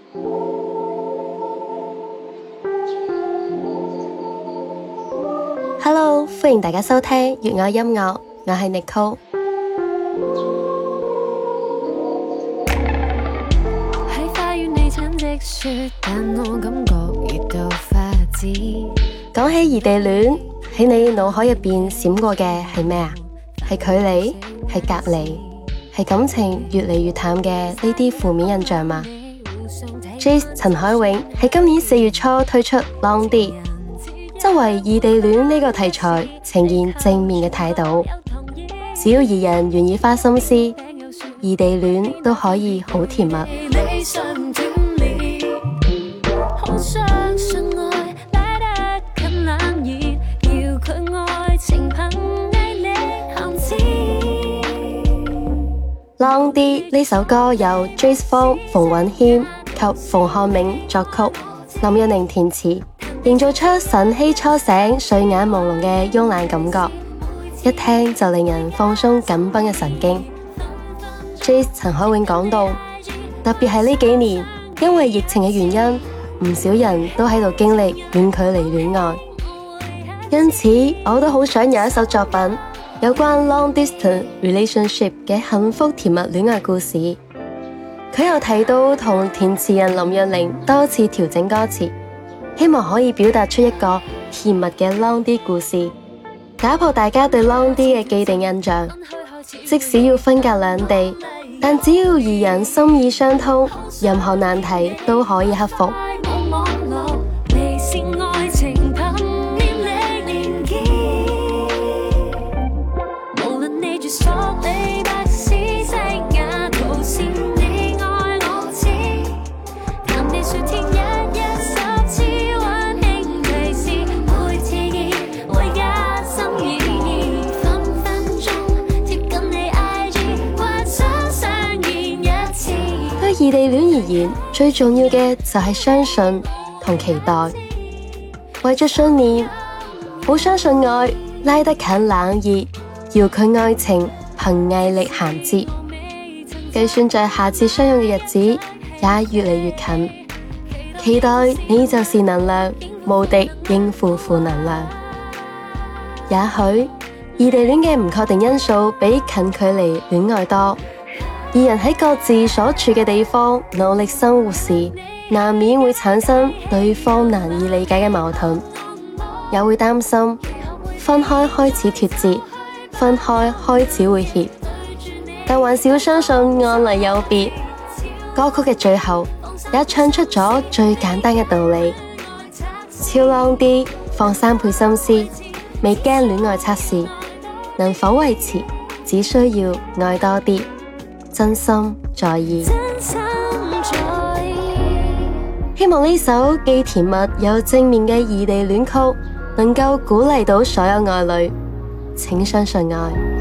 Hello， 歡迎大家收聽粵愛音樂，我係 Nicole。喺花園你親即說，但我感覺熱到發紫。講起異地戀，喺你腦海入邊閃過嘅係咩啊？係距離，係隔離，係感情越嚟越淡嘅呢啲負面印象嗎？Jace 陳海永喺今年4月初推出 Long D， 作為異地戀呢個題材呈現正面嘅態度，只要二人願意花心思，異地戀都可以好甜蜜。Long D 呢首歌由 Jace 方、馮允謙及馮漢銘作曲，林若寧填詞，營造出晨曦初醒、睡眼朦朧嘅慵懶感覺，一聽就令人放鬆緊繃嘅神經。Jace 陳海永講到，特別係呢幾年，因為疫情嘅原因，唔少人都喺度經歷遠距離戀愛，因此我都好想有一首作品有關 long distance relationship 嘅幸福甜蜜戀愛故事。佢又提到同填詞人林若寧多次調整歌詞，希望可以表達出一個甜蜜嘅 long D 故事，打破大家對 long D 嘅既定印象。即使要分隔兩地，但只要二人心意相通，任何難題都可以克服。異地戀而言，最重要嘅就係相信同期待。為咗信念，好相信愛拉得近冷熱，遙距愛情憑毅力銜接。計算在下次相擁嘅日子也越嚟越近，期待你就是能量，無敵應付負能量。也許異地戀嘅唔確定因素比近距離戀愛多。二人喺各自所處嘅地方努力生活時，難免會產生對方難以理解嘅矛盾，也會擔心分開開始脫節，分開開始會怯，但還是要相信愛嚟有別。歌曲嘅最後也唱出咗最簡單嘅道理：超 long D 放3倍心思，未驚戀愛測試，能否維持只需要愛多啲。真心在意，希望呢首既甜蜜又正面嘅異地戀曲能夠鼓勵到所有愛侶，請相信愛。